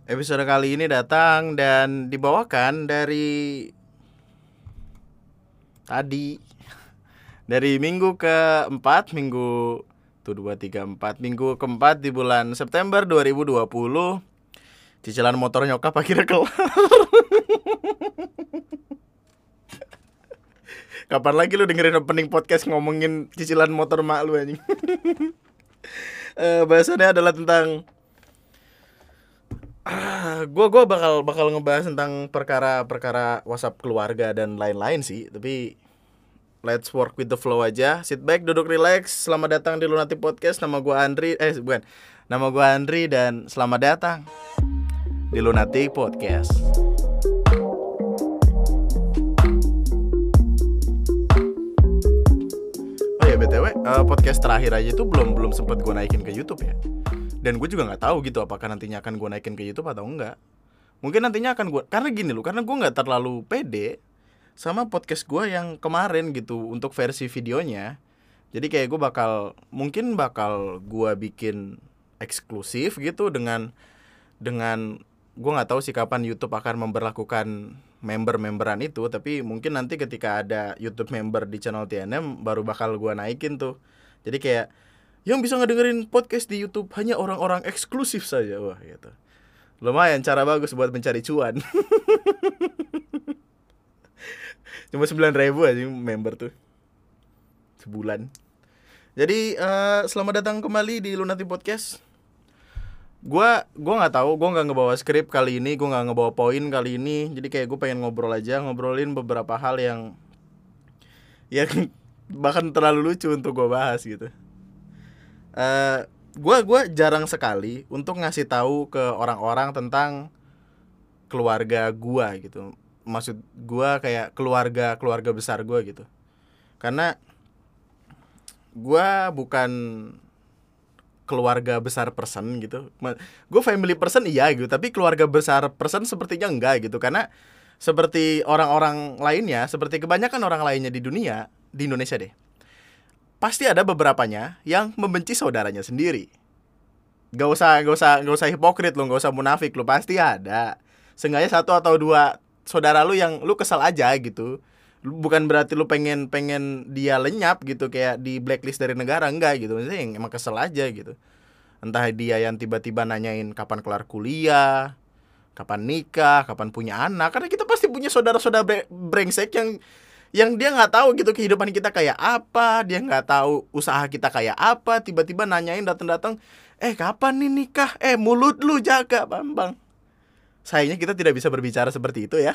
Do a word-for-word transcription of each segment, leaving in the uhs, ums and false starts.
Episode kali ini datang dan dibawakan dari tadi, dari minggu keempat, minggu tuh dua tiga empat, minggu keempat di bulan September dua ribu dua puluh. Cicilan motor nyokap akhirnya kelar. Kapan lagi lu dengerin opening podcast ngomongin cicilan motor mak lu anjing? Eh, bahasannya adalah tentang ah, gua gua bakal bakal ngebahas tentang perkara-perkara WhatsApp keluarga dan lain-lain sih, tapi let's work with the flow aja. Sit back, duduk relax. Selamat datang di Lunati Podcast. Nama gua Andri, eh bukan. Nama gua Andri dan selamat datang di Lunati Podcast. Oh ya B T W, uh, podcast terakhir aja itu belum belum sempat gua naikin ke YouTube ya. Dan gue juga nggak tahu gitu apakah nantinya akan gue naikin ke YouTube atau enggak. Mungkin nantinya akan gue, karena gini loh, karena gue nggak terlalu pede sama podcast gue yang kemarin gitu untuk versi videonya. Jadi kayak gue bakal, mungkin bakal gue bikin eksklusif gitu dengan dengan gue nggak tahu sih kapan YouTube akan memberlakukan member-memberan itu. Tapi mungkin nanti ketika ada YouTube member di channel T N M baru bakal gue naikin tuh. Jadi kayak yang bisa ngedengerin podcast di YouTube hanya orang-orang eksklusif saja. Wah gitu. Lumayan cara bagus buat mencari cuan. Cuma sembilan ribu aja member tuh sebulan. Jadi uh, selamat datang kembali di Lunati Podcast. Gua gua nggak tahu, gua nggak ngebawa skrip kali ini, gua nggak ngebawa poin kali ini. Jadi kayak gue pengen ngobrol aja, ngobrolin beberapa hal yang yang bahkan terlalu lucu untuk gue bahas gitu. Uh, gua gua jarang sekali untuk ngasih tahu ke orang-orang tentang keluarga gua gitu. Maksud gua kayak keluarga keluarga besar gua gitu. Karena gua bukan keluarga besar person gitu. Gue family person iya gitu, tapi keluarga besar person sepertinya enggak gitu. Karena seperti orang-orang lainnya, seperti kebanyakan orang lainnya di dunia, di Indonesia deh, pasti ada beberapanya yang membenci saudaranya sendiri. Gak usah, gak usah, gak usah hipokrit lo, gak usah munafik lo, pasti ada. Seenggaknya satu atau dua saudara lu yang lu kesal aja gitu. Bukan berarti lu pengen pengen dia lenyap gitu, kayak di blacklist dari negara, enggak gitu. Maksudnya yang emang kesel aja gitu. Entah dia yang tiba-tiba nanyain kapan kelar kuliah, kapan nikah, kapan punya anak. Karena kita pasti punya saudara-saudara brengsek yang yang dia nggak tahu gitu kehidupan kita kayak apa, dia nggak tahu usaha kita kayak apa, tiba-tiba nanyain datang-datang, eh kapan nih nikah, eh mulut lu jaga Bambang. Sayangnya kita tidak bisa berbicara seperti itu ya.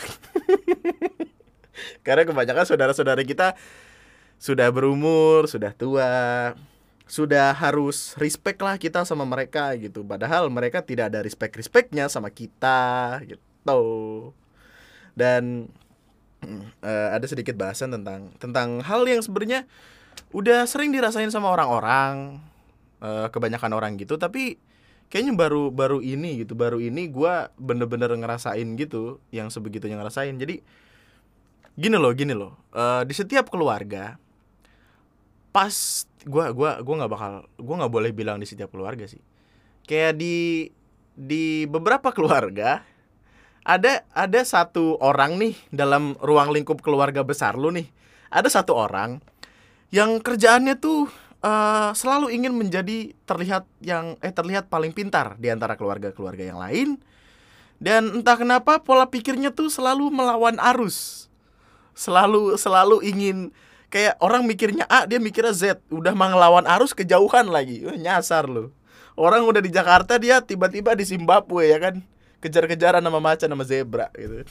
Karena kebanyakan saudara-saudara kita sudah berumur, sudah tua, sudah harus respect lah kita sama mereka gitu. Padahal mereka tidak ada respect-respectnya sama kita gitu. Dan uh, ada sedikit bahasan tentang tentang hal yang sebenarnya udah sering dirasain sama orang-orang, uh, kebanyakan orang gitu. Tapi kayaknya baru baru ini gitu, baru ini gue bener-bener ngerasain gitu, yang sebegitunya ngerasain. Jadi gini loh, gini loh, uh, di setiap keluarga, pas gue gua gua nggak bakal, gue nggak boleh bilang di setiap keluarga sih. Kayak di di beberapa keluarga ada ada satu orang nih dalam ruang lingkup keluarga besar lu nih, ada satu orang yang kerjaannya tuh Uh, selalu ingin menjadi terlihat yang eh terlihat paling pintar di antara keluarga-keluarga yang lain. Dan entah kenapa pola pikirnya tuh selalu melawan arus. Selalu selalu ingin, kayak orang mikirnya A, dia mikirnya Z. Udah mah ngelawan arus kejauhan lagi. Uh, nyasar lu. Orang udah di Jakarta, dia tiba-tiba di Zimbabwe ya kan. Kejar-kejaran sama macan sama zebra gitu.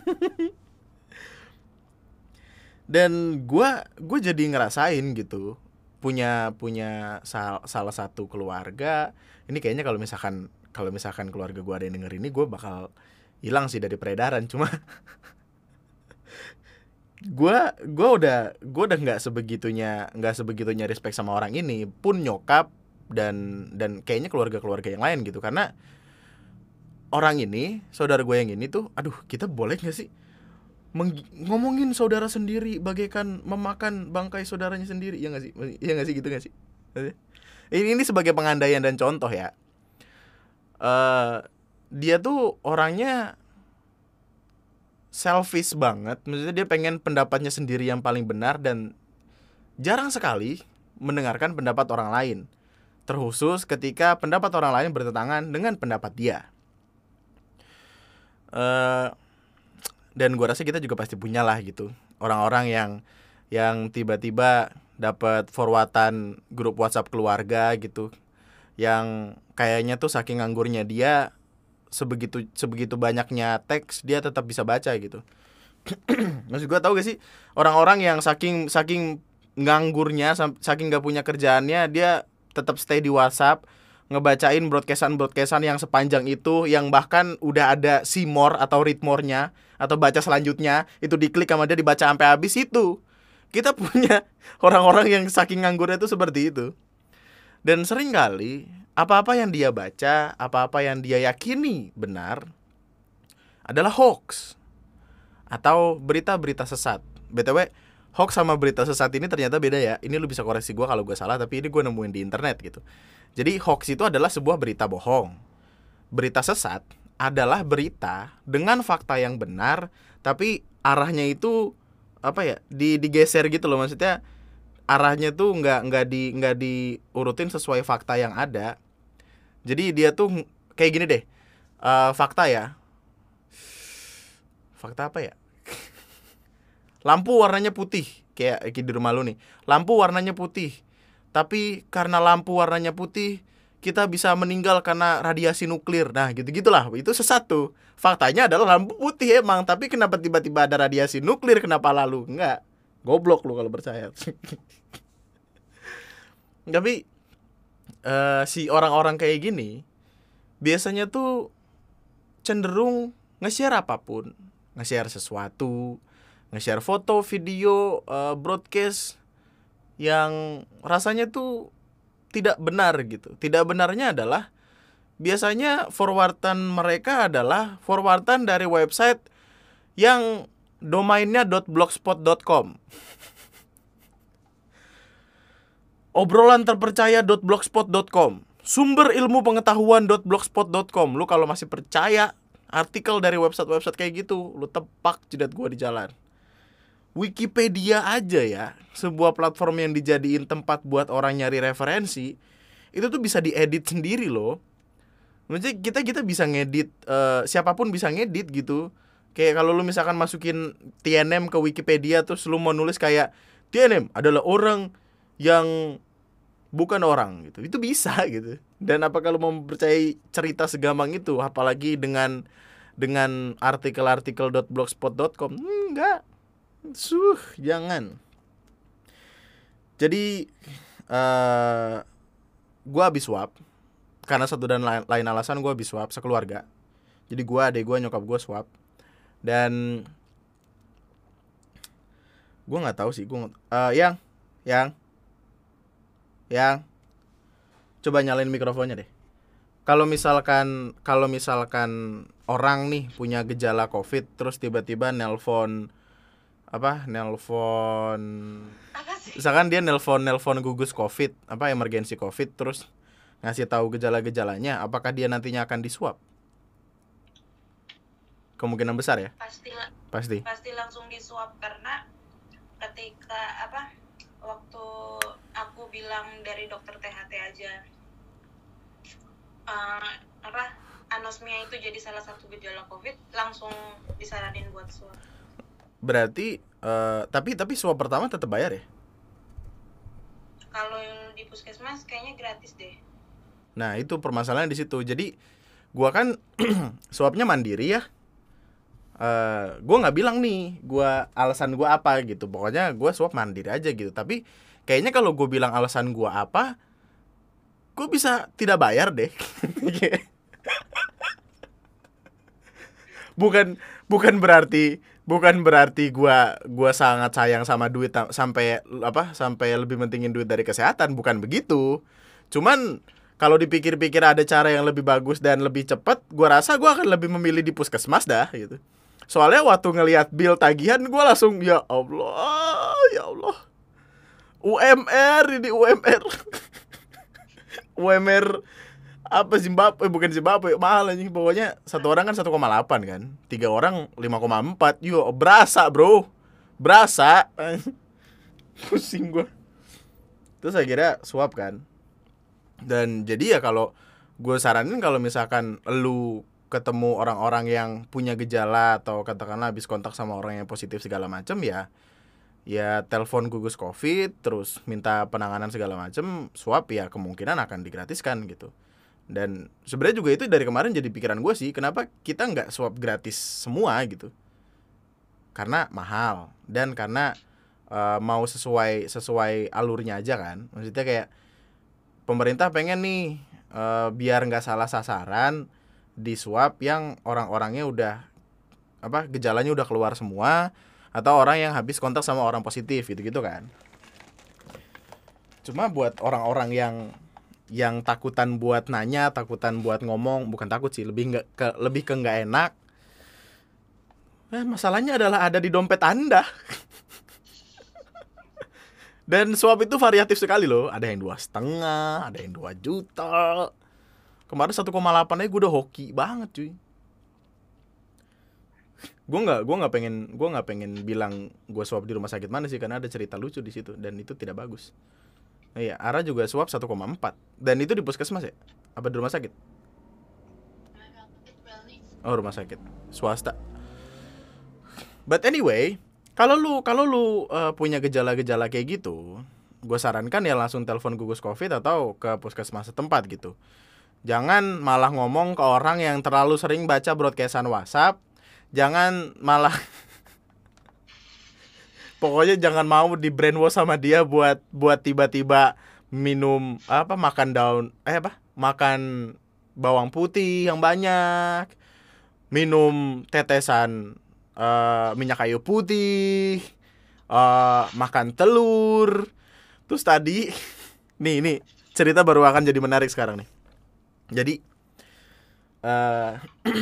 Dan gua gua jadi ngerasain gitu. punya punya sal, salah satu keluarga ini, kayaknya kalau misalkan kalau misalkan keluarga gue ada yang denger ini, gue bakal hilang sih dari peredaran. Cuma gue gue udah gue udah nggak sebegitunya nggak sebegitunya respect sama orang ini, pun nyokap dan dan kayaknya keluarga-keluarga yang lain gitu. Karena orang ini, saudara gue yang ini tuh, aduh, kita boleh nggak sih Meng- ngomongin saudara sendiri bagaikan memakan bangkai saudaranya sendiri, ya nggak sih, ya nggak sih, gitu nggak sih? Ini ini sebagai pengandaian dan contoh ya. Uh, dia tuh orangnya selfish banget. Maksudnya dia pengen pendapatnya sendiri yang paling benar dan jarang sekali mendengarkan pendapat orang lain, terkhusus ketika pendapat orang lain bertentangan dengan pendapat dia. Uh, dan gue rasa kita juga pasti punya lah gitu orang-orang yang yang tiba-tiba dapat forwardan grup WhatsApp keluarga gitu, yang kayaknya tuh saking nganggurnya dia, sebegitu sebegitu banyaknya teks dia tetap bisa baca gitu. Maksud gue, tau gak sih orang-orang yang saking saking nganggurnya, saking gak punya kerjaannya, dia tetap stay di WhatsApp ngebacain broadcastan-broadcastan yang sepanjang itu, yang bahkan udah ada see more atau read more-nya atau baca selanjutnya, itu diklik sama dia dibaca sampai habis. Itu kita punya orang-orang yang saking nganggurnya itu seperti itu. Dan sering kali apa-apa yang dia baca, apa-apa yang dia yakini benar adalah hoax atau berita-berita sesat. B T W, hoax sama berita sesat ini ternyata beda ya. Ini lu bisa koreksi gue kalau gue salah, tapi ini gue nemuin di internet gitu. Jadi hoax itu adalah sebuah berita bohong. Berita sesat adalah berita dengan fakta yang benar, tapi arahnya itu apa ya, di digeser gitu loh. Maksudnya arahnya tuh nggak nggak di nggak diurutin sesuai fakta yang ada. Jadi dia tuh kayak gini deh, uh, fakta ya. Fakta apa ya? Lampu warnanya putih, kayak di rumah lu nih. Lampu warnanya putih, tapi karena lampu warnanya putih, kita bisa meninggal karena radiasi nuklir. Nah, gitu-gitulah. Itu sesat tuh. Faktanya adalah lampu putih emang, tapi kenapa tiba-tiba ada radiasi nuklir, kenapa lalu? Enggak. Goblok lu kalau percaya. Tapi uh, si orang-orang kayak gini biasanya tuh cenderung nge-share apapun. Nge-share sesuatu, nge-share foto, video, uh, broadcast yang rasanya tuh tidak benar gitu. Tidak benarnya adalah biasanya forwardan mereka adalah forwardan dari website yang domainnya .blogspot dot com. Obrolan terpercaya .blogspot dot com. Sumber ilmu pengetahuan .blogspot dot com. Lu kalau masih percaya artikel dari website-website kayak gitu, lu tepak jidat gua di jalan. Wikipedia aja ya, sebuah platform yang dijadiin tempat buat orang nyari referensi, itu tuh bisa diedit sendiri loh. Maksudnya kita kita bisa ngedit, uh, siapapun bisa ngedit gitu. Kayak kalau lu misalkan masukin T N M ke Wikipedia, terus lu mau nulis kayak T N M adalah orang yang bukan orang gitu, itu bisa gitu. Dan apakah lu mau percaya cerita segampang itu, apalagi dengan dengan artikel-artikel .blogspot dot com? Enggak. Suh, jangan. Jadi uh, gue habis swab karena satu dan lain, lain alasan. Gue habis swab sekeluarga. Jadi gue, adek gue, nyokap gue swab. Dan gue nggak tahu sih. Gue uh, yang yang yang coba nyalain mikrofonnya deh. Kalau misalkan kalau misalkan orang nih punya gejala COVID, terus tiba-tiba nelpon apa nelpon misalkan dia nelpon nelpon gugus COVID, apa emergency COVID, terus ngasih tahu gejala-gejalanya, apakah dia nantinya akan diswab? Kemungkinan besar ya. Pasti pasti pasti langsung diswab, karena ketika apa waktu aku bilang dari dokter T H T aja, uh, apa anosmia itu jadi salah satu gejala COVID, langsung disaranin buat swab. Berarti uh, tapi tapi swab pertama tetap bayar ya? Kalau di puskesmas kayaknya gratis deh. Nah, itu permasalahan di situ. Jadi gua kan swabnya mandiri ya. Uh, gua nggak bilang nih gua alasan gua apa gitu. Pokoknya gua swab mandiri aja gitu. Tapi kayaknya kalau gua bilang alasan gua apa, gua bisa tidak bayar deh. bukan bukan berarti bukan berarti gua gua sangat sayang sama duit sampai apa sampai lebih mentingin duit dari kesehatan, bukan begitu. Cuman kalau dipikir-pikir ada cara yang lebih bagus dan lebih cepat, gua rasa gua akan lebih memilih di puskesmas dah gitu. Soalnya waktu ngelihat bill tagihan, gua langsung ya Allah, ya Allah. U M R ini U M R. U M R Apa Zimbabwe, bukan Zimbabwe, mahal anjing. Pokoknya satu orang kan satu koma delapan kan, tiga orang lima koma empat. Yo, berasa bro, berasa. Pusing gua. Terus akhirnya swab kan. Dan jadi ya kalau gue saranin kalau misalkan lu ketemu orang-orang yang punya gejala atau katakanlah habis kontak sama orang yang positif segala macam, ya ya telepon gugus covid, terus minta penanganan segala macam, swab ya kemungkinan akan digratiskan gitu. Dan sebenarnya juga itu dari kemarin jadi pikiran gue sih, kenapa kita nggak swab gratis semua gitu? Karena mahal dan karena uh, mau sesuai sesuai alurnya aja kan. Maksudnya kayak pemerintah pengen nih uh, biar nggak salah sasaran di swab yang orang-orangnya udah apa gejalanya udah keluar semua, atau orang yang habis kontak sama orang positif gitu-gitu kan. Cuma buat orang-orang yang yang takutan buat nanya, takutan buat ngomong, bukan takut sih, lebih nggak ke lebih ke nggak enak. Eh, masalahnya adalah ada di dompet Anda. Dan swab itu variatif sekali loh. Ada yang dua setengah, ada yang dua juta. Kemarin satu koma delapan aja gue udah hoki banget cuy. Gue nggak, gue nggak pengen, gue nggak pengen bilang gue swab di rumah sakit mana sih, karena ada cerita lucu di situ dan itu tidak bagus. Nah, iya, Ara juga swab satu koma empat dan itu di puskesmas ya? Apa di rumah sakit? Oh, rumah sakit swasta. But anyway, kalau lu kalau lu uh, punya gejala-gejala kayak gitu, gue sarankan ya langsung telepon gugus covid atau ke puskesmas setempat gitu. Jangan malah ngomong ke orang yang terlalu sering baca broadcastan WhatsApp. Jangan malah pokoknya jangan mau di brainwash sama dia buat buat tiba-tiba minum apa makan daun eh apa makan bawang putih yang banyak, minum tetesan uh, minyak kayu putih, uh, makan telur. Terus tadi nih nih cerita baru akan jadi menarik sekarang nih. Jadi uh,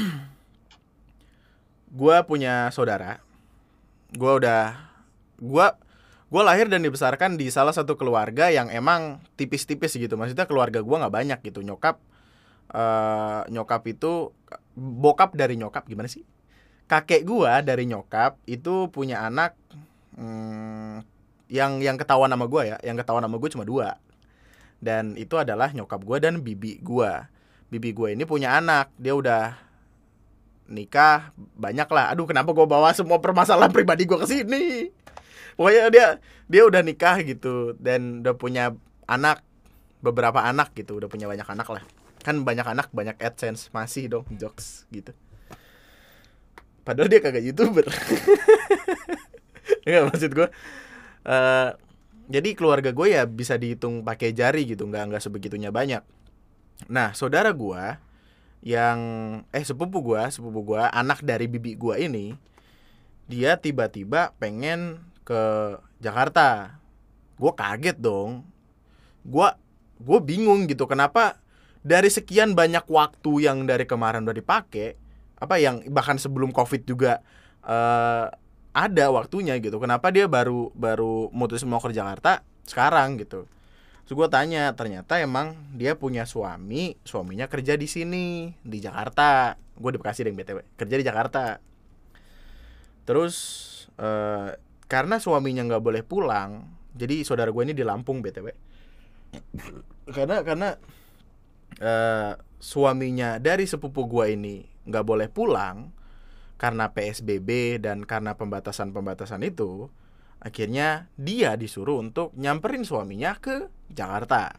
gue punya saudara. Gue udah gue gue lahir dan dibesarkan di salah satu keluarga yang emang tipis-tipis gitu. Maksudnya keluarga gue nggak banyak gitu. Nyokap uh, nyokap itu bokap dari nyokap gimana sih? Kakek gue dari nyokap itu punya anak hmm, yang yang ketahuan sama gue ya. Yang ketahuan sama gue cuma dua. Dan itu adalah nyokap gue dan bibi gue. Bibi gue ini punya anak. Dia udah nikah banyak lah. Aduh, kenapa gue bawa semua permasalahan pribadi gue ke sini? Pokoknya dia dia udah nikah gitu dan udah punya anak, beberapa anak gitu, udah punya banyak anak lah. Kan banyak anak banyak AdSense, masih dong jokes gitu. Padahal dia kagak YouTuber. Enggak, maksud gue uh, jadi keluarga gue ya bisa dihitung pakai jari gitu, nggak nggak sebegitunya banyak. Nah, saudara gue yang eh sepupu gua, sepupu gua, anak dari bibi gua ini, dia tiba-tiba pengen ke Jakarta. Gua kaget dong. Gua gua bingung gitu, kenapa dari sekian banyak waktu yang dari kemarin udah dipakai, apa yang bahkan sebelum Covid juga uh, ada waktunya gitu. Kenapa dia baru baru mutusin mau ke Jakarta sekarang gitu. Terus gue tanya, ternyata emang dia punya suami, suaminya kerja di sini, di Jakarta. Gue di Bekasi deh, B T W, kerja di Jakarta. Terus eh, karena suaminya nggak boleh pulang, jadi saudara gue ini di Lampung, B T W. Karena karena eh, suaminya dari sepupu gue ini nggak boleh pulang karena P S B B dan karena pembatasan-pembatasan itu. Akhirnya dia disuruh untuk nyamperin suaminya ke Jakarta.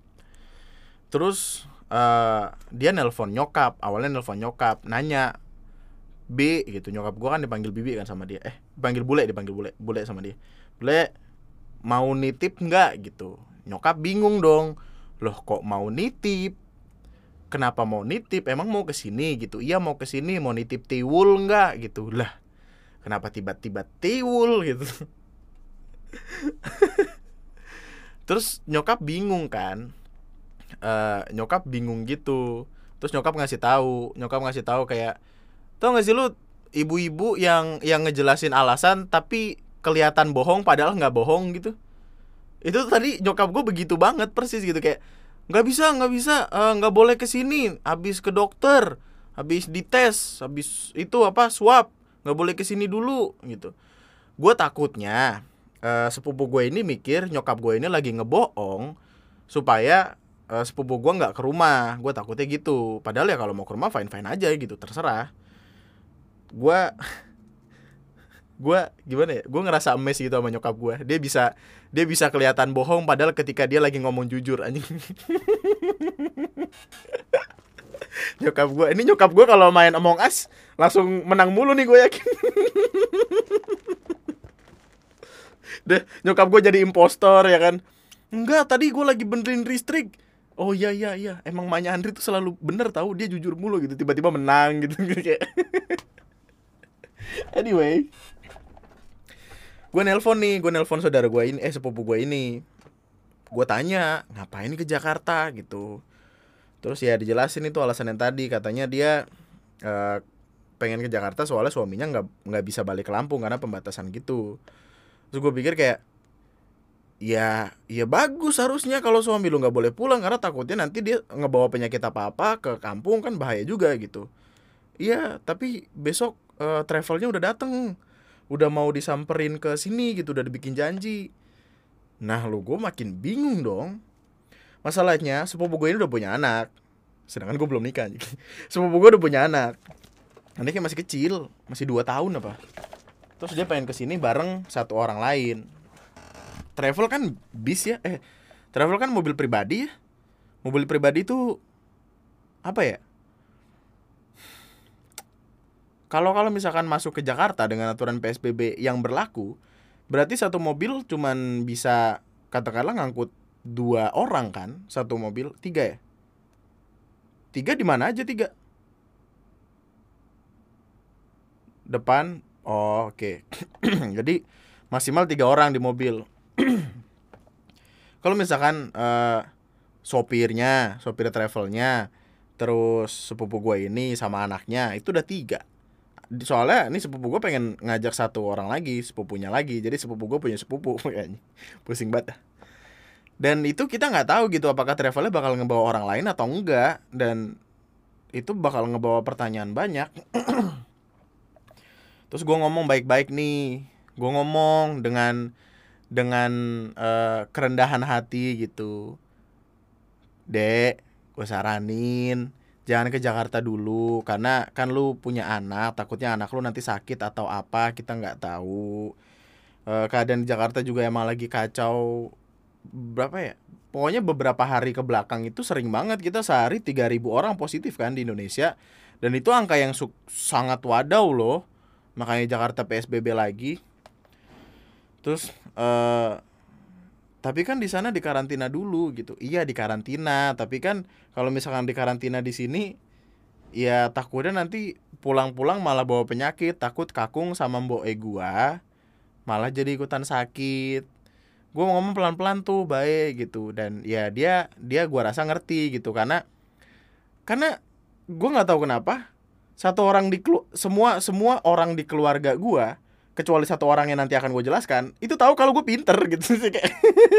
Terus uh, dia nelpon nyokap, awalnya nelpon nyokap, nanya B gitu, nyokap gue kan dipanggil bibi kan sama dia. Eh, dipanggil bule, dipanggil bule, bule sama dia. Bule, mau nitip nggak gitu? Nyokap bingung dong. Loh, kok mau nitip? Kenapa mau nitip? Emang mau kesini gitu? Iya mau kesini, mau nitip tiwul nggak gitu? Lah, kenapa tiba-tiba tiwul gitu? Terus nyokap bingung kan, uh, nyokap bingung gitu. Terus nyokap ngasih tahu, nyokap ngasih tahu kayak, tau nggak sih lu ibu-ibu yang yang ngejelasin alasan tapi kelihatan bohong padahal nggak bohong gitu. Itu tadi nyokap gue begitu banget persis gitu kayak, nggak bisa nggak bisa eh, nggak boleh kesini, habis ke dokter, habis dites, habis itu apa swab, nggak boleh kesini dulu gitu. Gue takutnya eh, sepupu gue ini mikir nyokap gue ini lagi ngebohong supaya eh, sepupu gue nggak ke rumah. Gue takutnya gitu. Padahal ya kalau mau ke rumah fine fine aja gitu, terserah. Gue gue gimana ya? Gue ngerasa emes gitu sama nyokap gue. Dia bisa dia bisa kelihatan bohong padahal ketika dia lagi ngomong jujur anjing. Nyokap gue ini nyokap gue kalau main Among Us langsung menang mulu nih gue yakin. Deh, nyokap gue jadi impostor ya kan. Enggak, tadi gue lagi benerin listrik. Oh iya iya iya, emang mamanya Andri tuh selalu bener tahu, dia jujur mulu gitu, tiba-tiba menang gitu kayak. Anyway, gue nelpon nih, gue nelpon saudara gue ini, eh sepupu gue ini. Gue tanya, ngapain ke Jakarta gitu. Terus ya dijelasin itu alasan yang tadi, katanya dia eh, pengen ke Jakarta soalnya suaminya nggak nggak bisa balik ke Lampung karena pembatasan gitu. Terus gue pikir kayak, ya ya bagus harusnya kalau suami lu nggak boleh pulang karena takutnya nanti dia ngebawa penyakit apa apa ke kampung, kan bahaya juga gitu. Iya tapi besok eh, travelnya udah dateng, udah mau disamperin ke sini gitu, udah dibikin janji. Nah lu, gue makin bingung dong. Masalahnya sepupu gue ini udah punya anak, sedangkan gue belum nikah. Sepupu gue udah punya anak, anaknya masih kecil, masih dua tahun apa. Terus dia pengen kesini bareng satu orang lain. Travel kan bis ya, eh travel kan mobil pribadi ya. Mobil pribadi itu apa ya? Kalau kalau misalkan masuk ke Jakarta dengan aturan P S B B yang berlaku, berarti satu mobil cuman bisa katakanlah ngangkut dua orang kan, satu mobil tiga ya. Tiga di mana aja tiga? Depan. Oh, oke. Okay. Jadi maksimal tiga orang di mobil. Kalau misalkan uh, sopirnya, sopir travelnya, terus sepupu gue ini sama anaknya, itu udah tiga. Soalnya ini sepupu gue pengen ngajak satu orang lagi, sepupunya lagi. Jadi sepupu gue punya sepupu kayaknya. Pusing banget. Dan itu kita nggak tahu gitu apakah travelnya bakal ngebawa orang lain atau enggak. Dan itu bakal ngebawa pertanyaan banyak. Terus gue ngomong baik-baik nih. Gue ngomong dengan dengan uh, kerendahan hati gitu. Dek, gue saranin jangan ke Jakarta dulu karena kan lu punya anak, takutnya anak lu nanti sakit atau apa, kita nggak tahu. Uh, keadaan di Jakarta juga emang lagi kacau. Berapa ya? Pokoknya beberapa hari ke belakang itu sering banget kita sehari tiga ribu orang positif kan di Indonesia. Dan itu angka yang su- sangat wadaw loh. Makanya Jakarta P S B B lagi. Terus uh, tapi kan di sana dikarantina dulu gitu. Iya dikarantina, tapi kan kalau misalkan dikarantina di sini, ya takutnya nanti pulang-pulang malah bawa penyakit, takut kakung sama mbok e gua malah jadi ikutan sakit. Gua ngomong pelan-pelan tuh baik gitu, dan ya dia dia gua rasa ngerti gitu karena karena gua nggak tahu kenapa satu orang di kelu- semua semua orang di keluarga gua kecuali satu orang yang nanti akan gue jelaskan itu tahu kalau gue pinter gitu sih kayak.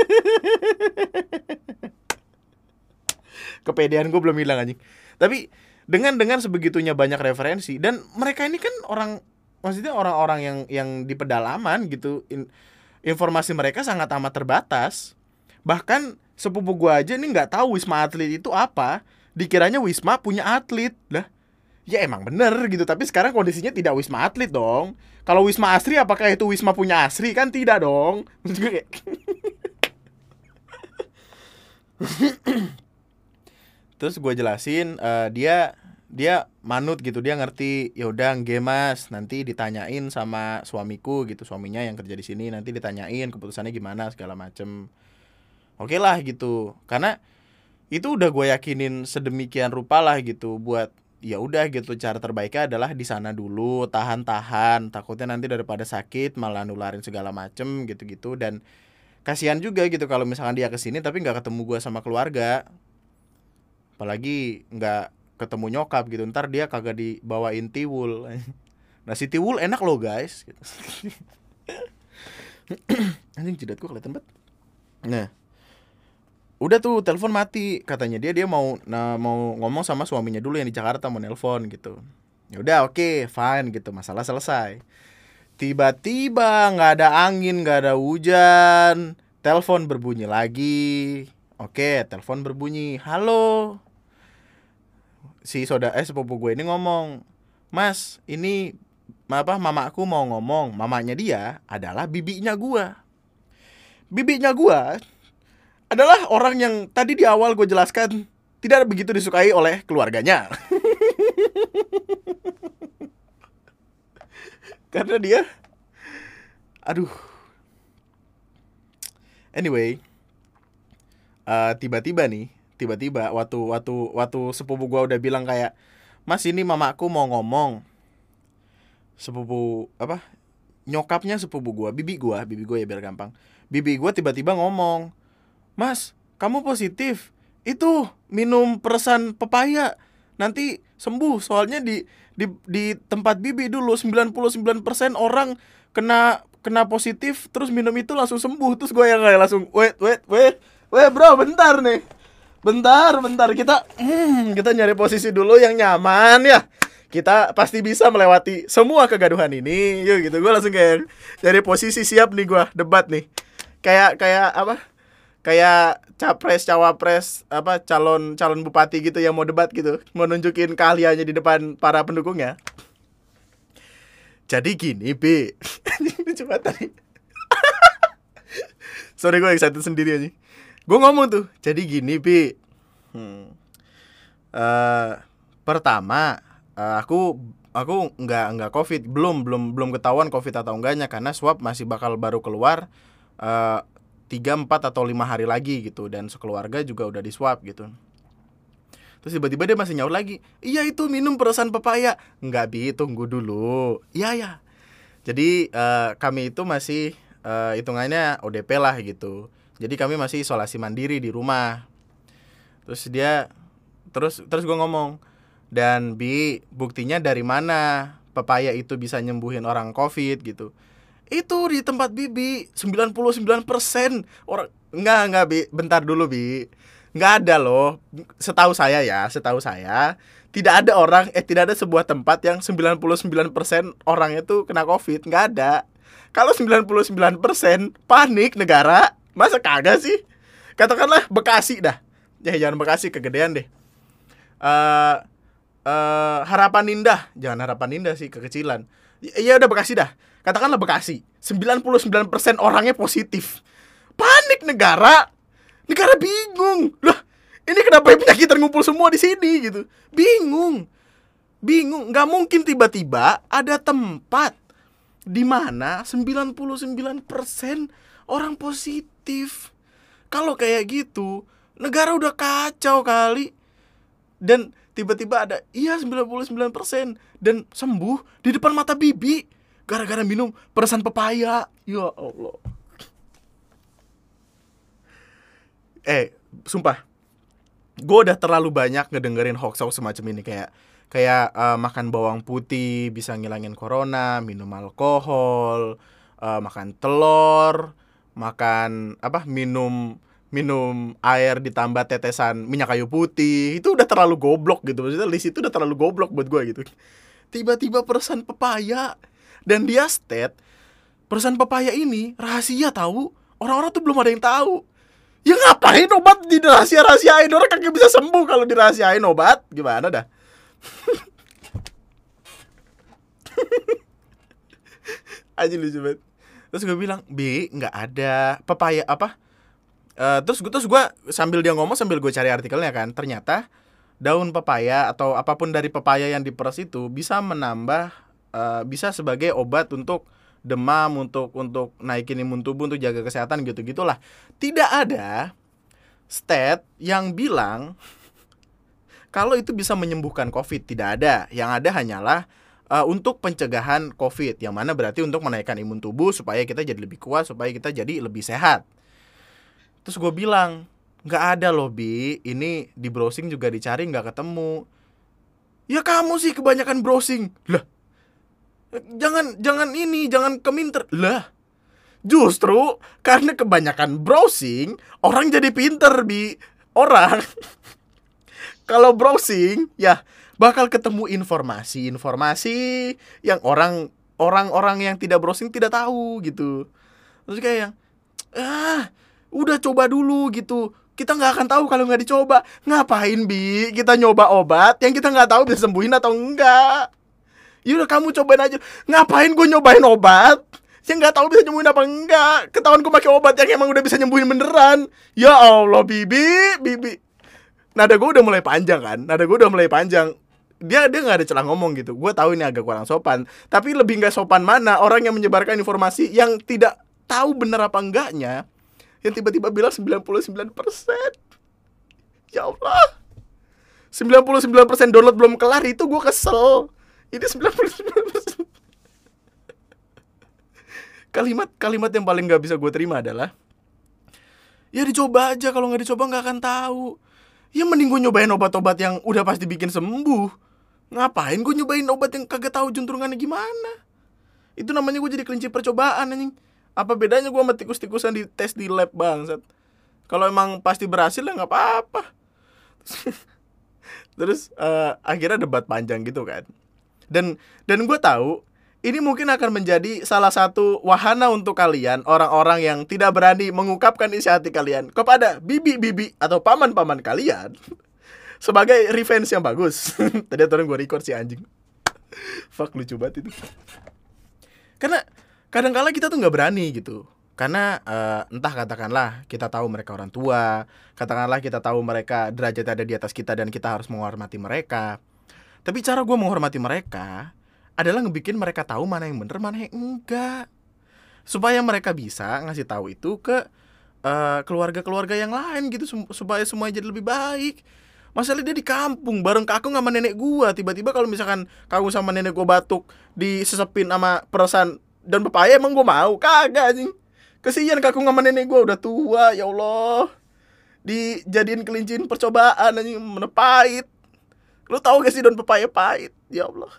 Kepedean gue belum hilang anjing. Tapi dengan dengan sebegitunya banyak referensi dan mereka ini kan orang, maksudnya orang-orang yang yang di pedalaman gitu. In, informasi mereka sangat amat terbatas. Bahkan sepupu gue aja nih nggak tahu Wisma Atlet itu apa. Dikiranya Wisma punya atlet lah. Ya emang bener gitu, tapi sekarang kondisinya tidak Wisma Atlet dong. Kalau Wisma Asri apakah itu Wisma punya Asri? Kan tidak dong. Terus gue jelasin uh, dia dia manut gitu, dia ngerti. Ya udah nggih Mas, nanti ditanyain sama suamiku gitu, suaminya yang kerja di sini, nanti ditanyain keputusannya gimana segala macem. Oke lah gitu. Karena itu udah gue yakinin sedemikian rupa lah gitu buat ya udah gitu, cara terbaiknya adalah di sana dulu, tahan-tahan, takutnya nanti daripada sakit malah nularin segala macem gitu-gitu. Dan kasihan juga gitu kalau misalkan dia kesini tapi nggak ketemu gue sama keluarga, apalagi nggak ketemu nyokap gitu, ntar dia kagak dibawain tiwul. Nasi tiwul enak loh guys gitu. Anjing jidat gue kelihatan banget. Nah udah tuh telepon mati, katanya dia dia mau nah, mau ngomong sama suaminya dulu yang di Jakarta, mau nelpon gitu. Ya udah oke okay, fine gitu, masalah selesai. Tiba-tiba nggak ada angin, nggak ada hujan, telepon berbunyi lagi. Oke, telepon berbunyi, halo. Si saudara eh sepupu gue ini ngomong, Mas, ini apa mamaku mau ngomong. Mamanya dia adalah bibinya gua. Bibinya gua adalah orang yang tadi di awal gue jelaskan tidak begitu disukai oleh keluarganya. Karena dia, aduh. Anyway, uh, tiba-tiba nih, tiba-tiba waktu waktu waktu sepupu gue udah bilang kayak, Mas ini mamaku mau ngomong. Sepupu apa? Nyokapnya sepupu gue, bibi gue, bibi gue ya biar gampang. Bibi gue tiba-tiba ngomong, Mas, kamu positif. Itu minum peresan pepaya. Nanti sembuh. Soalnya di di di tempat bibi dulu sembilan puluh sembilan persen orang kena kena positif terus minum itu langsung sembuh. Terus gue yang kayak langsung, "Wait, wait, wait. Wait, bro, bentar nih. Bentar, bentar. Kita hmm, kita nyari posisi dulu yang nyaman ya. Kita pasti bisa melewati semua kegaduhan ini." Yuk gitu. Gue langsung kayak nyari posisi, siap nih gue debat nih. Kayak kayak apa? Kayak capres cawapres apa calon calon bupati gitu yang mau debat gitu, mau nunjukin keahliannya di depan para pendukungnya. Jadi gini, B. Coba tadi. Sorry gue excited sendiri aja. Gue ngomong tuh, jadi gini, B. Hmm. Uh, pertama, uh, aku aku nggak nggak COVID, belum belum belum ketahuan COVID atau enggaknya karena swab masih bakal baru keluar. Uh, tiga, empat, atau lima hari lagi gitu. Dan sekeluarga juga udah di swab gitu. Terus tiba-tiba dia masih nyaut lagi, iya itu minum peresan pepaya. Enggak, Bi, tunggu dulu. Iya ya. Jadi uh, kami itu masih uh, hitungannya O D P lah gitu. Jadi kami masih isolasi mandiri di rumah. Terus dia Terus terus gue ngomong, dan Bi, buktinya dari mana pepaya itu bisa nyembuhin orang COVID gitu. Itu di tempat bibi sembilan puluh sembilan persen orang. Enggak, enggak, Bi. Bentar dulu, Bi. Enggak ada loh. Setahu saya ya, setahu saya tidak ada orang, eh tidak ada sebuah tempat yang sembilan puluh sembilan persen orang itu kena COVID. Enggak ada. Kalau sembilan puluh sembilan persen panik negara, masa kagak sih? Katakanlah Bekasi dah. Ya jangan Bekasi, kegedean deh. Eh uh, uh, Harapan Indah, jangan Harapan Indah sih, kekecilan. Iya udah Bekasi dah. Katakanlah Bekasi, sembilan puluh sembilan persen orangnya positif. Panik negara. Negara bingung. Lah, ini kenapa penyakit terkumpul semua di sini gitu. Bingung. Bingung, enggak mungkin tiba-tiba ada tempat di mana sembilan puluh sembilan persen orang positif. Kalau kayak gitu, negara udah kacau kali. Dan tiba-tiba ada, iya sembilan puluh sembilan persen dan sembuh di depan mata bibi gara-gara minum peresan pepaya. Ya Allah. Eh, sumpah, gue udah terlalu banyak ngedengerin hoax-hoax semacam ini. Kayak Kayak uh, makan bawang putih bisa ngilangin corona, minum alkohol, uh, makan telur, makan apa minum minum air ditambah tetesan minyak kayu putih. Itu udah terlalu goblok gitu. Maksudnya list itu udah terlalu goblok buat gue gitu. Tiba-tiba peresan pepaya. Dan dia state, peresan pepaya ini rahasia tahu. Orang-orang tuh belum ada yang tahu. Ya ngapain obat di rahasia-rahasiain? Orang kagak bisa sembuh kalau dirahasiain obat. Gimana dah? Aja lucu banget. Terus gue bilang, Bi, gak ada pepaya apa? Uh, terus gue terus gue sambil dia ngomong sambil gue cari artikelnya kan, ternyata daun pepaya atau apapun dari pepaya yang diperes itu bisa menambah, uh, bisa sebagai obat untuk demam, untuk untuk naikin imun tubuh, untuk jaga kesehatan gitu gitulah. Tidak ada stat yang bilang kalau itu bisa menyembuhkan COVID, tidak ada. Yang ada hanyalah uh, untuk pencegahan COVID, yang mana berarti untuk menaikkan imun tubuh supaya kita jadi lebih kuat, supaya kita jadi lebih sehat. Terus gue bilang, nggak ada loh, Bi. Ini di browsing juga dicari nggak ketemu. Ya kamu sih kebanyakan browsing. Lah, jangan jangan ini, jangan keminter. Lah, Justru karena kebanyakan browsing, orang jadi pinter, Bi. Orang kalau browsing ya bakal ketemu informasi-informasi yang orang orang-orang yang tidak browsing tidak tahu gitu. Terus kayak yang ah udah coba dulu gitu, kita nggak akan tahu kalau nggak dicoba. Ngapain, Bi, kita nyoba obat yang kita nggak tahu bisa sembuhin atau enggak? Yaudah kamu cobain aja. Ngapain gue nyobain obat yang nggak tahu bisa nyembuhin apa enggak? Ketahuan gue pakai obat yang emang udah bisa nyembuhin beneran. Ya Allah, Bibi, Bibi. Nada gue udah mulai panjang kan? Nada gue udah mulai panjang. Dia dia nggak ada celah ngomong gitu. Gue tahu ini agak kurang sopan, tapi lebih nggak sopan mana orang yang menyebarkan informasi yang tidak tahu bener apa enggaknya, yang tiba-tiba bilang sembilan puluh sembilan persen. Ya Allah, sembilan puluh sembilan persen download belum kelar itu gue kesel. Ini sembilan puluh sembilan persen. Kalimat-kalimat yang paling gak bisa gue terima adalah ya dicoba aja, kalau gak dicoba gak akan tahu. Ya mending gue nyobain obat-obat yang udah pasti bikin sembuh. Ngapain gue nyobain obat yang kagak tahu juntrungannya gimana? Itu namanya gue jadi kelinci percobaan anjing. Apa bedanya gue sama tikus-tikusan di tes di lab bangsat? Kalau emang pasti berhasil ya gak apa-apa. Terus uh, akhirnya debat panjang gitu kan. Dan dan gue tahu ini mungkin akan menjadi salah satu wahana untuk kalian, orang-orang yang tidak berani mengungkapkan isi hati kalian kepada bibi-bibi atau paman-paman kalian sebagai revenge yang bagus. Tadi aturan gue record si anjing. Fuck, lucu banget itu. Karena kadang-kala kita tuh gak berani gitu. Karena uh, entah katakanlah kita tahu mereka orang tua, katakanlah kita tahu mereka derajatnya ada di atas kita dan kita harus menghormati mereka. Tapi cara gue menghormati mereka adalah ngebikin mereka tahu mana yang bener, mana yang enggak, supaya mereka bisa ngasih tahu itu ke uh, keluarga-keluarga yang lain gitu, supaya semuanya jadi lebih baik. Masalah dia di kampung bareng kakung sama nenek gua, tiba-tiba kalau misalkan kakung sama nenek gua batuk disesepin sama perasan dan pepaya, emang gua mau? Kagak anjing. Kesian kakung sama nenek gua udah tua, ya Allah. Dijadiin kelinciin percobaan anjing, mana pahit. Lu tahu gak sih daun pepaya pahit? Ya Allah.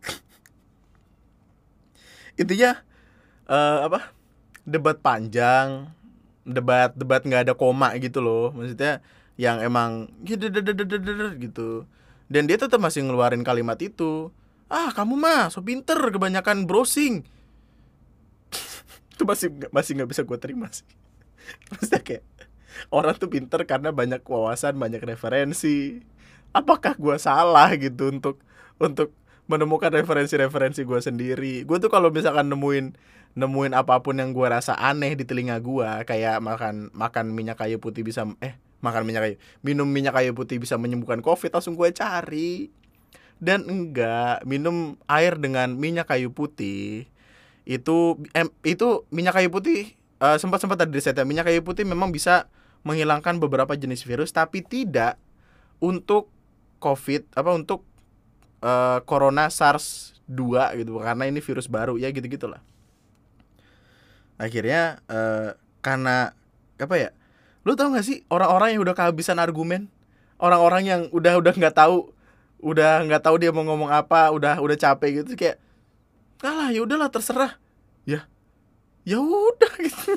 Intinya uh, apa? Debat panjang, debat debat nggak ada koma gitu loh, maksudnya yang emang gitu. Dan dia tetap masih ngeluarin kalimat itu. Ah, kamu mah so pinter, kebanyakan browsing. Itu masih masih nggak bisa gue terima sih. Maksudnya kayak orang tuh pinter karena banyak wawasan, banyak referensi. Apakah gue salah gitu untuk untuk menemukan referensi-referensi gue sendiri? Gue tuh kalau misalkan nemuin nemuin apapun yang gue rasa aneh di telinga gue, kayak makan makan minyak kayu putih bisa eh makan minyak kayu minum minyak kayu putih bisa menyembuhkan COVID, langsung gue cari. Dan enggak, minum air dengan minyak kayu putih itu em, itu minyak kayu putih uh, sempat-sempat ada risetnya, minyak kayu putih memang bisa menghilangkan beberapa jenis virus, tapi tidak untuk COVID, apa untuk uh, corona SARS dua gitu, karena ini virus baru ya gitu-gitulah. Akhirnya uh, karena apa ya? Lu tau gak sih orang-orang yang udah kehabisan argumen, orang-orang yang udah udah nggak tahu, udah nggak tahu dia mau ngomong apa, udah udah capek gitu, kayak kalah, ya udahlah terserah, ya ya udah gitu.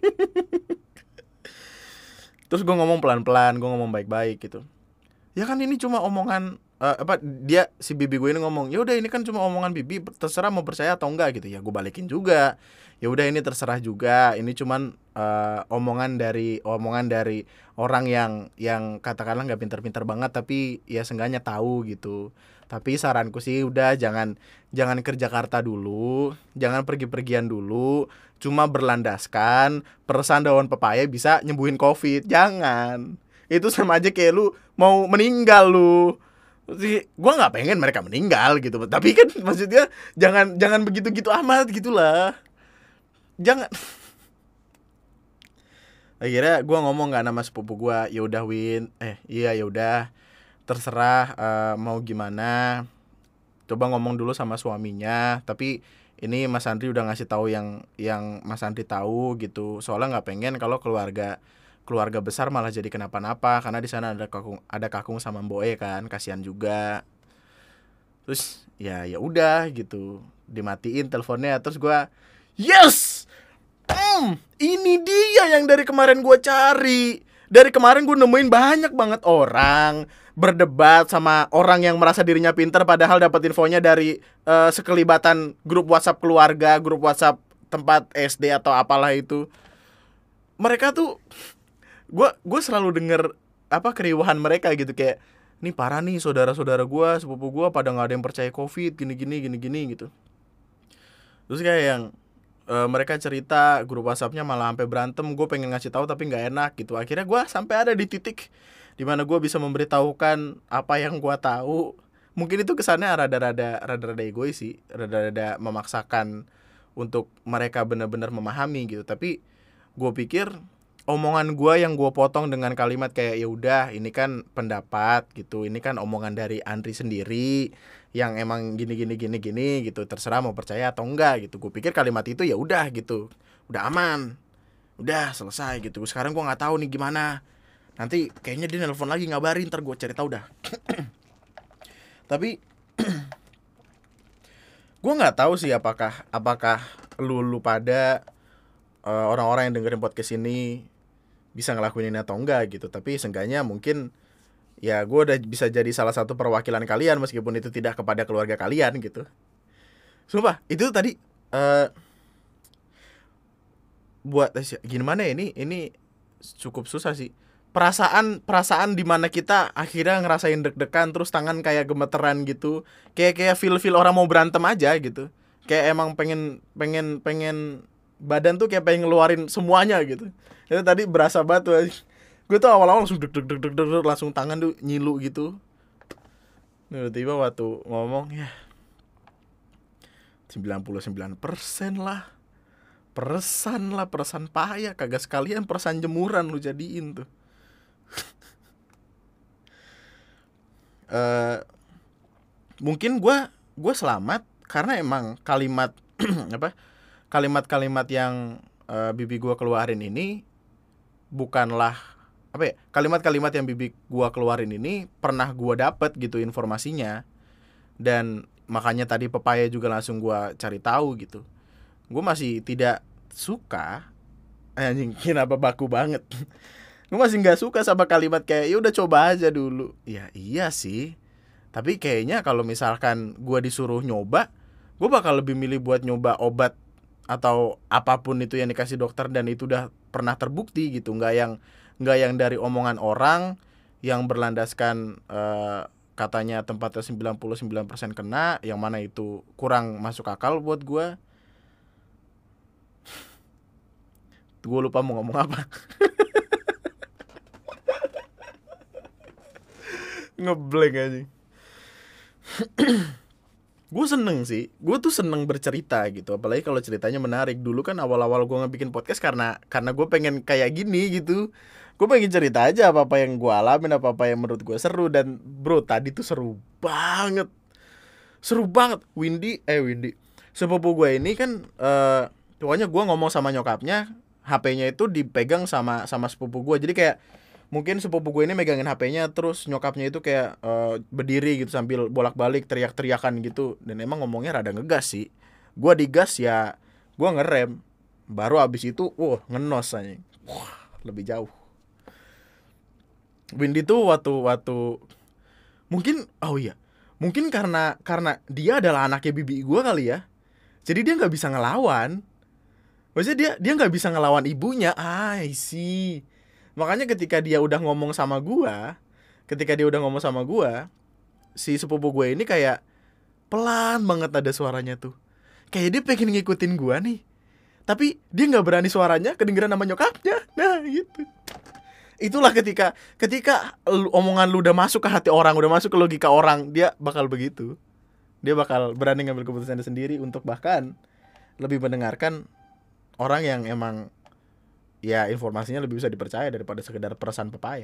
Terus gue ngomong pelan-pelan, gue ngomong baik-baik gitu. Ya kan ini cuma omongan uh, apa dia si bibi gue ini ngomong, ya udah ini kan cuma omongan bibi, terserah mau percaya atau enggak gitu. Ya gue balikin juga, ya udah ini terserah juga, ini cuman uh, omongan dari omongan dari orang yang yang katakanlah nggak pintar-pintar banget, tapi ya seenggaknya tahu gitu. Tapi saranku sih udah jangan jangan ke Jakarta dulu, jangan pergi-pergian dulu, cuma berlandaskan peresan daun pepaya bisa nyembuhin COVID, jangan. Itu sama aja kayak lu mau meninggal lu. Gue nggak pengen mereka meninggal gitu, tapi kan maksudnya jangan jangan begitu-gitu amat gitulah. Jangan. Akhirnya gue ngomong nggak nama sepupu gue, ya udah Win, eh iya ya udah, terserah uh, mau gimana. Coba ngomong dulu sama suaminya, tapi ini Mas Andri udah ngasih tahu yang yang Mas Andri tahu gitu. Soalnya nggak pengen kalau keluarga keluarga besar malah jadi kenapa-napa, karena di sana ada kakung ada kakung sama mboe kan, kasihan juga. Terus ya ya udah gitu, dimatiin teleponnya. Terus gue yes, mm, Hmm, ini dia yang dari kemarin gue cari. Dari kemarin gue nemuin banyak banget orang berdebat sama orang yang merasa dirinya pintar padahal dapat infonya dari uh, sekelibatan grup WhatsApp keluarga, grup WhatsApp tempat S D atau apalah itu. Mereka tuh, gue gue selalu denger apa keriuhan mereka gitu, kayak nih parah nih saudara-saudara gue, sepupu gue pada nggak ada yang percaya COVID, gini-gini gini-gini gitu. Terus kayak yang uh, mereka cerita grup WhatsAppnya malah sampai berantem. Gue pengen ngasih tahu tapi nggak enak gitu. Akhirnya gue sampai ada di titik dimana gue bisa memberitahukan apa yang gue tahu. Mungkin itu kesannya rada-rada rada-rada egois sih, rada-rada memaksakan untuk mereka benar-benar memahami gitu. Tapi gue pikir omongan gue yang gue potong dengan kalimat kayak ya udah ini kan pendapat gitu, ini kan omongan dari Andri sendiri yang emang gini gini gini gini gitu, terserah mau percaya atau enggak gitu. Gue pikir kalimat itu ya udah gitu, udah aman, udah selesai gitu. Sekarang gue nggak tahu nih gimana, nanti kayaknya dia nelpon lagi ngabarin, ntar gue cari tahu dah. Tapi gue nggak tahu sih apakah apakah lu lu pada uh, orang-orang yang dengerin podcast ini bisa ngelakuin ini atau enggak gitu. Tapi seenggaknya mungkin ya gue udah bisa jadi salah satu perwakilan kalian meskipun itu tidak kepada keluarga kalian gitu. Sumpah itu tadi uh, buat gimana ya, ini ini cukup susah sih. Perasaan perasaan dimana kita akhirnya ngerasain deg-degan terus tangan kayak gemeteran gitu, kayak kayak feel feel orang mau berantem aja gitu, kayak emang pengen pengen pengen badan tuh kayak pengen ngeluarin semuanya gitu. Itu tadi berasa banget tuh. Gue tuh awal-awal langsung deg deg deg deg deg langsung tangan tuh nyilu gitu. Tiba-tiba waktu ngomong ya sembilan puluh sembilan persen lah. Peresan lah, peresan payah, kagak sekalian peresan jemuran lu jadiin tuh. uh, mungkin gue gue selamat karena emang kalimat apa kalimat-kalimat yang uh, bibi gue keluarin ini bukanlah apa ya, kalimat-kalimat yang bibi gue keluarin ini pernah gue dapet gitu informasinya, dan makanya tadi pepaya juga langsung gue cari tahu gitu. Gue masih tidak suka, anjing kenapa baku banget. Gue masih nggak suka sama kalimat kayak ya udah coba aja dulu. Ya iya sih, tapi kayaknya kalau misalkan gue disuruh nyoba, gue bakal lebih milih buat nyoba obat atau apapun itu yang dikasih dokter dan itu udah pernah terbukti gitu, nggak yang nggak yang dari omongan orang yang berlandaskan uh, katanya tempatnya sembilan puluh sembilan persen kena, yang mana itu kurang masuk akal buat gue. Gue lupa mau ngomong apa. Ngeblank aja. Gue seneng sih, gue tuh seneng bercerita gitu, apalagi kalau ceritanya menarik. Dulu kan awal-awal gue ngebikin podcast karena karena gue pengen kayak gini gitu. Gue pengen cerita aja apa-apa yang gue alamin, apa-apa yang menurut gue seru. Dan bro, tadi tuh seru banget. Seru banget. Windy, eh Windy sepupu gue ini kan uh, pokoknya gue ngomong sama nyokapnya, H P-nya itu dipegang sama sama sepupu gue. Jadi kayak mungkin sepupu gue ini megangin H P-nya, terus nyokapnya itu kayak uh, berdiri gitu sambil bolak-balik teriak-teriakan gitu. Dan emang ngomongnya rada ngegas sih. Gue digas ya gue ngerem, baru abis itu wah ngenos aja. Wah, lebih jauh. Windy tuh waktu waktu mungkin oh iya mungkin karena karena dia adalah anaknya bibi gue kali ya, jadi dia nggak bisa ngelawan. Maksudnya dia dia nggak bisa ngelawan ibunya. Ah, I see. Makanya ketika dia udah ngomong sama gua, ketika dia udah ngomong sama gua, si sepupu gue ini kayak pelan banget ada suaranya tuh. Kayak dia pengen ngikutin gua nih, tapi dia nggak berani suaranya kedengeran sama nyokapnya. Nah gitu. Itulah ketika ketika lu, omongan lu udah masuk ke hati orang, udah masuk ke logika orang, dia bakal begitu. Dia bakal berani ngambil keputusannya sendiri untuk bahkan lebih mendengarkan orang yang emang ya informasinya lebih bisa dipercaya daripada sekedar peresan pepaya.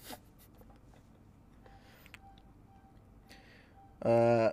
Uh,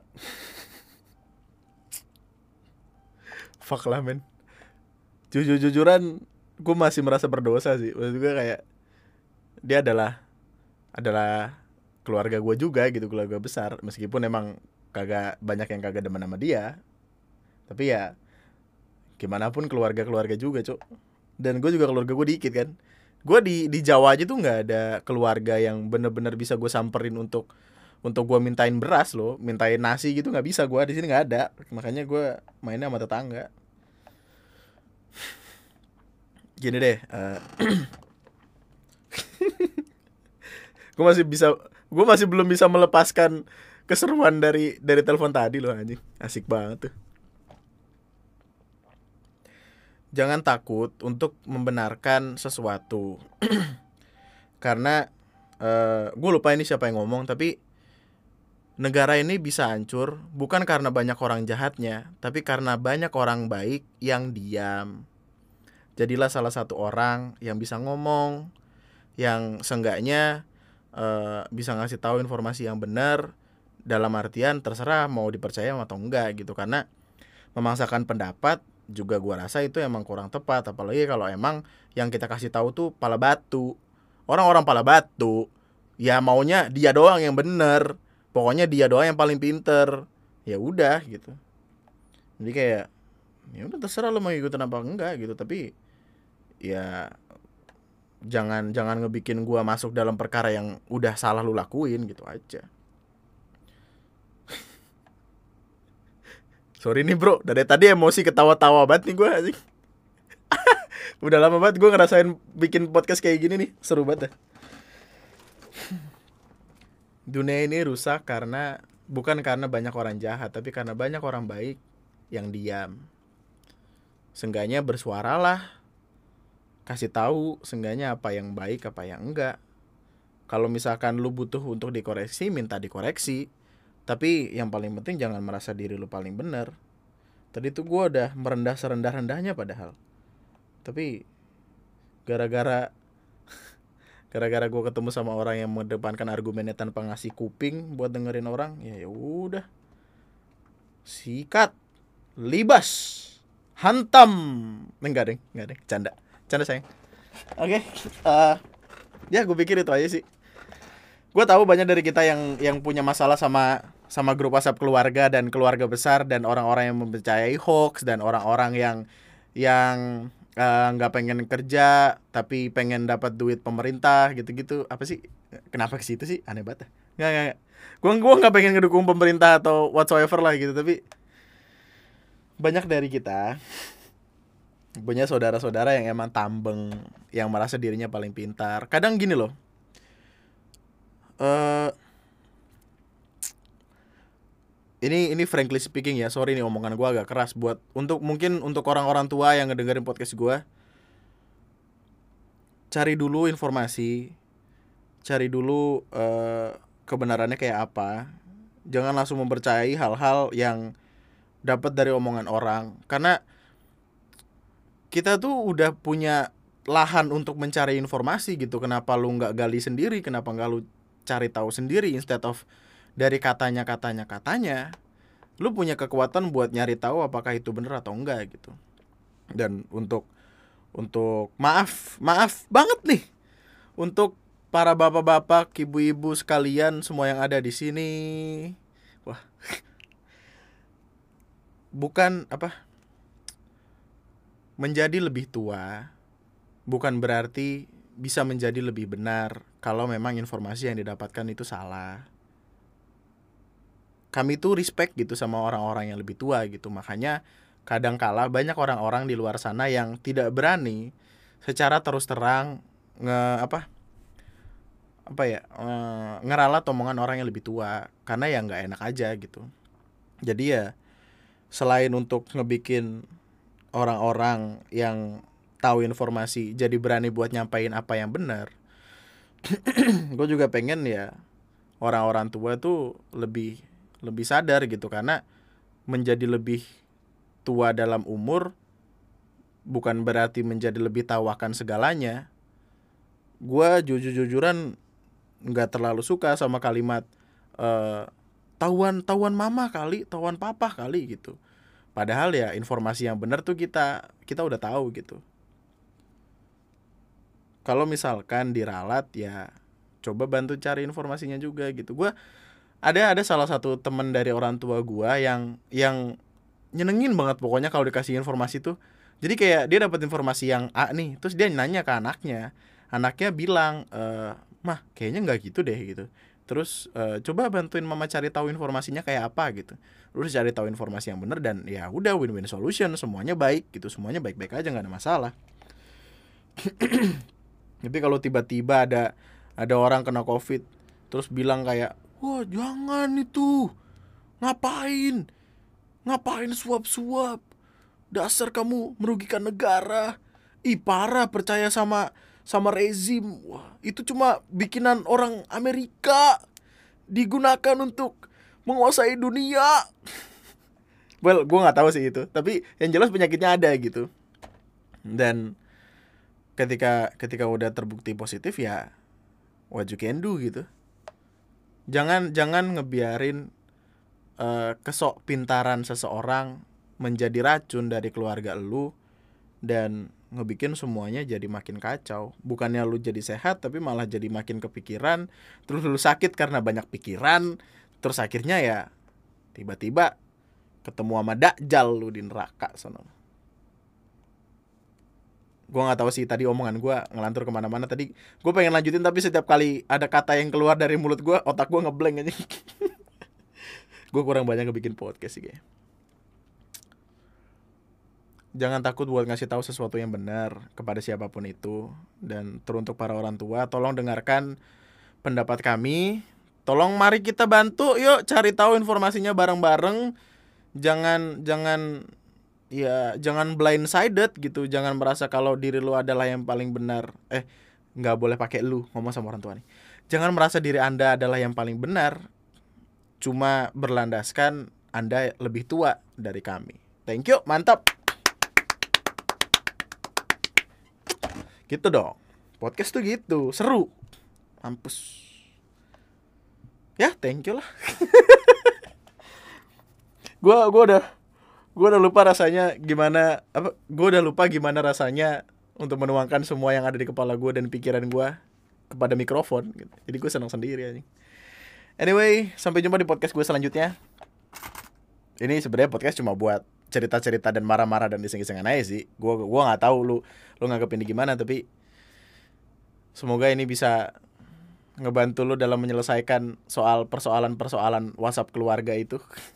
fuck lah men. Jujur-jujuran gue masih merasa berdosa sih. Maksud gue kayak dia adalah adalah keluarga gue juga gitu, keluarga besar. Meskipun emang kagak banyak yang kagak demen sama dia, tapi ya gimana pun keluarga-keluarga juga, Cuk. Dan gue juga keluarga gue dikit kan. Gue di di Jawa aja tuh nggak ada keluarga yang bener-bener bisa gue samperin untuk untuk gue mintain beras loh, mintain nasi gitu nggak bisa, gue di sini nggak ada. Makanya gue mainnya sama tetangga. Gini deh, uh, gue masih bisa, gue masih belum bisa melepaskan keseruan dari dari telepon tadi loh anjing, asik banget tuh. Jangan takut untuk membenarkan sesuatu. Karena uh, gue lupa ini siapa yang ngomong, tapi negara ini bisa hancur bukan karena banyak orang jahatnya, tapi karena banyak orang baik yang diam. Jadilah salah satu orang yang bisa ngomong, yang seenggaknya uh, bisa ngasih tahu informasi yang benar, dalam artian terserah mau dipercaya atau enggak gitu. Karena memaksakan pendapat juga gua rasa itu emang kurang tepat, apalagi kalau emang yang kita kasih tahu tuh pala batu. Orang-orang pala batu ya maunya dia doang yang bener, pokoknya dia doang yang paling pinter. Ya udah gitu. Jadi kayak ya udah terserah lo mau ikutin apa enggak gitu, tapi ya jangan jangan ngebikin gua masuk dalam perkara yang udah salah lu lakuin gitu aja. Sorry nih bro, dari tadi emosi ketawa-tawa banget nih gue anjing. Udah lama banget gue ngerasain bikin podcast kayak gini nih, seru banget dah. Dunia ini rusak karena bukan karena banyak orang jahat, tapi karena banyak orang baik yang diam. Seenggaknya bersuaralah, kasih tahu seenggaknya apa yang baik apa yang enggak. Kalau misalkan lu butuh untuk dikoreksi, minta dikoreksi. Tapi yang paling penting jangan merasa diri lu paling benar. Tadi tuh gue udah merendah serendah-rendahnya padahal. Tapi gara-gara gara-gara gue ketemu sama orang yang mengedepankan argumennya tanpa ngasih kuping buat dengerin orang, ya udah. Sikat, libas, hantam. Enggak deh, enggak deh, canda. Canda sayang. Oke, okay, uh, ya gue pikir itu aja sih. Gue tahu banyak dari kita yang yang punya masalah sama sama grup WhatsApp keluarga dan keluarga besar, dan orang-orang yang mempercayai hoax, dan orang-orang yang yang nggak uh, pengen kerja tapi pengen dapat duit pemerintah gitu-gitu. Apa sih? Kenapa ke situ sih? Aneh banget. Nggak nggak. Gue gue nggak pengen ngedukung pemerintah atau whatsoever lah gitu, tapi banyak dari kita punya saudara-saudara yang emang tambeng, yang merasa dirinya paling pintar. Kadang gini loh. Uh, ini ini frankly speaking ya, sorry nih omongan gue agak keras buat untuk mungkin untuk orang-orang tua yang ngedengerin podcast gue. Cari dulu informasi, cari dulu uh, kebenarannya kayak apa. Jangan langsung mempercayai hal-hal yang dapat dari omongan orang, karena kita tuh udah punya lahan untuk mencari informasi gitu. Kenapa lu nggak gali sendiri? Kenapa nggak lu cari tahu sendiri instead of dari katanya katanya katanya? Lu punya kekuatan buat nyari tahu apakah itu benar atau enggak gitu. Dan untuk untuk maaf maaf banget nih untuk para bapak-bapak, ibu-ibu sekalian semua yang ada di sini. Wah, bukan apa menjadi lebih tua bukan berarti bisa menjadi lebih benar kalau memang informasi yang didapatkan itu salah. Kami tuh respect gitu sama orang-orang yang lebih tua gitu. Makanya kadangkala banyak orang-orang di luar sana yang tidak berani secara terus terang nge apa apa ya nge, ngeralat omongan orang yang lebih tua, karena ya nggak enak aja gitu. Jadi ya selain untuk ngebikin orang-orang yang tahu informasi jadi berani buat nyampain apa yang benar, gue juga pengen ya orang-orang tua tuh lebih lebih sadar gitu. Karena menjadi lebih tua dalam umur bukan berarti menjadi lebih tahu akan segalanya. Gue jujur-jujuran nggak terlalu suka sama kalimat uh, tahuan tahuan mama kali, tahuan papa kali gitu. Padahal ya informasi yang benar tuh kita kita udah tahu gitu. Kalau misalkan diralat ya coba bantu cari informasinya juga gitu. Gue ada ada salah satu teman dari orang tua gue yang yang nyenengin banget pokoknya kalau dikasih informasi tuh. Jadi kayak dia dapat informasi yang A nih, terus dia nanya ke anaknya. Anaknya bilang, e, "Mah, kayaknya nggak gitu deh," gitu. Terus e, coba bantuin mama cari tahu informasinya kayak apa gitu. Terus cari tahu informasi yang benar dan ya udah win-win solution, semuanya baik gitu, semuanya baik-baik aja, nggak ada masalah. Tapi kalau tiba-tiba ada ada orang kena COVID, terus bilang kayak, "Wah, jangan itu. Ngapain? Ngapain suap-suap? Dasar kamu merugikan negara. Ih, parah percaya sama sama rezim. Wah, itu cuma bikinan orang Amerika digunakan untuk menguasai dunia." Well, gue nggak tahu sih itu, tapi yang jelas penyakitnya ada gitu. Dan ketika ketika udah terbukti positif ya what you can do gitu. Jangan jangan ngebiarin uh, kesok pintaran seseorang menjadi racun dari keluarga lu dan ngebikin semuanya jadi makin kacau. Bukannya lu jadi sehat tapi malah jadi makin kepikiran, terus lu sakit karena banyak pikiran, terus akhirnya ya tiba-tiba ketemu sama Dajjal lu di neraka sana. Gue gak tahu sih tadi omongan gue ngelantur kemana-mana. Tadi gue pengen lanjutin tapi setiap kali ada kata yang keluar dari mulut gue, otak gue ngeblank aja. Gue kurang banyak ngebikin podcast sih kayak. Jangan takut buat ngasih tahu sesuatu yang benar kepada siapapun itu. Dan teruntuk para orang tua, tolong dengarkan pendapat kami. Tolong mari kita bantu, yuk cari tahu informasinya bareng-bareng. Jangan jangan ya jangan blindsided gitu. Jangan merasa kalau diri lu adalah yang paling benar. Eh, nggak boleh pakai lu, ngomong sama orang tua nih. Jangan merasa diri Anda adalah yang paling benar cuma berlandaskan Anda lebih tua dari kami. Thank you, mantap. Gitu dong. Podcast tuh gitu, seru. Mampus. Ya, thank you lah. Gua gua udah gua udah lupa rasanya gimana apa gua udah lupa gimana rasanya untuk menuangkan semua yang ada di kepala gua dan pikiran gua kepada mikrofon gitu. Jadi gua senang sendiri anjing. Anyway, sampai jumpa di podcast gue selanjutnya. Ini sebenarnya podcast cuma buat cerita-cerita dan marah-marah dan iseng-isengan aja sih. Gua gua enggak tahu lu lu nganggep ini gimana, tapi semoga ini bisa ngebantu lu dalam menyelesaikan soal persoalan-persoalan WhatsApp keluarga itu.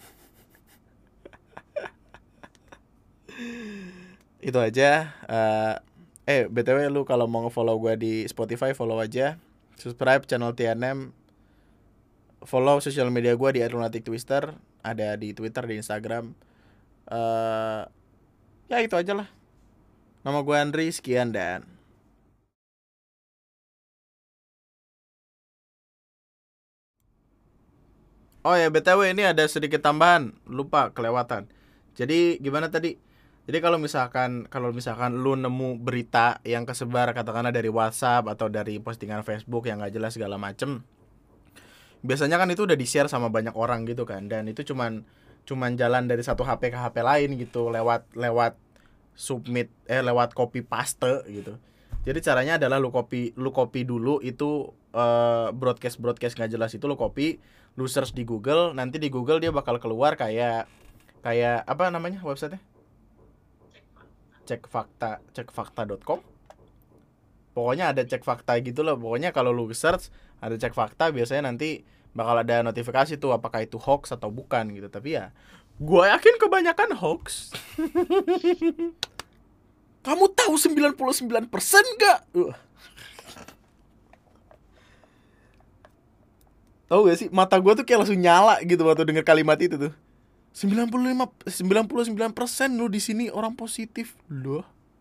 Itu aja. Uh, eh B T W lu kalau mau nge-follow gue di Spotify, follow aja. Subscribe channel T N M. Follow sosial media gue di Lunatic Twister, ada di Twitter, di Instagram. Uh, ya itu aja lah. Nama gue Andri, sekian dan oh ya B T W ini ada sedikit tambahan, lupa kelewatan. Jadi gimana tadi? Jadi kalau misalkan kalau misalkan lu nemu berita yang kesebar katakanlah dari WhatsApp atau dari postingan Facebook yang nggak jelas segala macem, biasanya kan itu udah di-share sama banyak orang gitu kan, dan itu cuman cuman jalan dari satu H P ke H P lain gitu lewat lewat submit eh lewat copy paste gitu. Jadi caranya adalah lu copy lu copy dulu itu uh, broadcast broadcast nggak jelas itu lu copy, lu search di Google, nanti di Google dia bakal keluar kayak kayak apa namanya websitenya? Cek fakta cek fakta dot com. Pokoknya ada cek fakta gitu loh. Pokoknya kalau lu search ada cek fakta, biasanya nanti bakal ada notifikasi tuh apakah itu hoax atau bukan gitu. Tapi ya gue yakin kebanyakan hoax. Kamu tahu sembilan puluh sembilan persen gak? Uh. Tahu gak sih, mata gue tuh kayak langsung nyala gitu waktu denger kalimat itu tuh. sembilan puluh lima sembilan puluh sembilan persen lu di sini orang positif loh.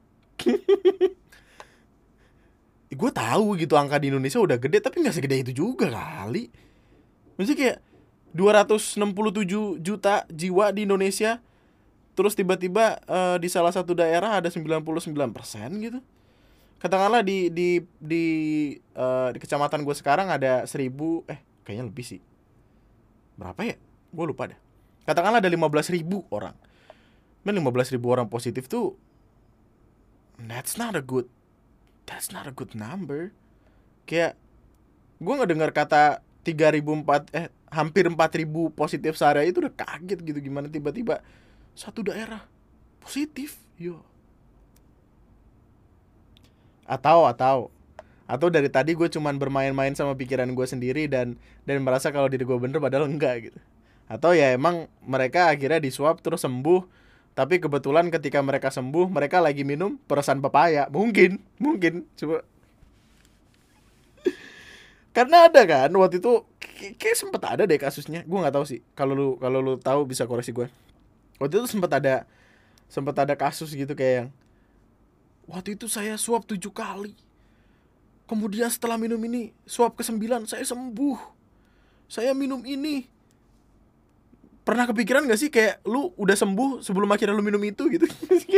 Gue tahu gitu angka di Indonesia udah gede, tapi nggak segede itu juga kali. Maksudnya kayak dua ratus enam puluh tujuh juta jiwa di Indonesia, terus tiba-tiba uh, di salah satu daerah ada sembilan puluh sembilan persen gitu. Katakanlah di di di uh, di kecamatan gue sekarang ada seribu eh kayaknya lebih sih. Berapa ya? Gue lupa deh. Katakanlah ada lima belas ribu orang. Men lima belas ribu orang positif tuh, that's not a good That's not a good number. Kayak gue ngedengar kata tiga ribu empat eh hampir empat ribu positif sehari itu udah kaget gitu, gimana tiba-tiba satu daerah positif. Yo. Atau atau atau dari tadi gue cuman bermain-main sama pikiran gue sendiri dan dan merasa kalau diri gue bener padahal enggak gitu. Atau ya emang mereka akhirnya di swab terus sembuh, tapi kebetulan ketika mereka sembuh mereka lagi minum peresan pepaya. Mungkin, mungkin coba. Karena ada kan waktu itu kayak, kayak sempet ada deh kasusnya. Gue nggak tahu sih. Kalau lu kalau lu tahu bisa koreksi gue. Waktu itu sempet ada sempet ada kasus gitu kayak yang waktu itu saya swab tujuh kali. Kemudian setelah minum ini swab ke sembilan saya sembuh. Saya minum ini. Pernah kepikiran gak sih kayak lu udah sembuh sebelum akhirnya lu minum itu gitu?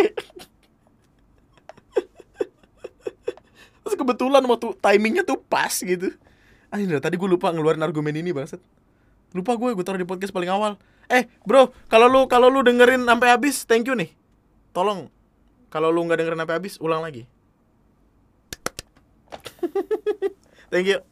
Terus kebetulan waktu timingnya tuh pas gitu. Anjir, tadi gue lupa ngeluarin argumen ini banget. Lupa gue, gue taruh di podcast paling awal. Eh, bro, kalau lu kalau lu dengerin sampai habis, thank you nih. Tolong kalau lu nggak dengerin sampai habis, ulang lagi. Thank you.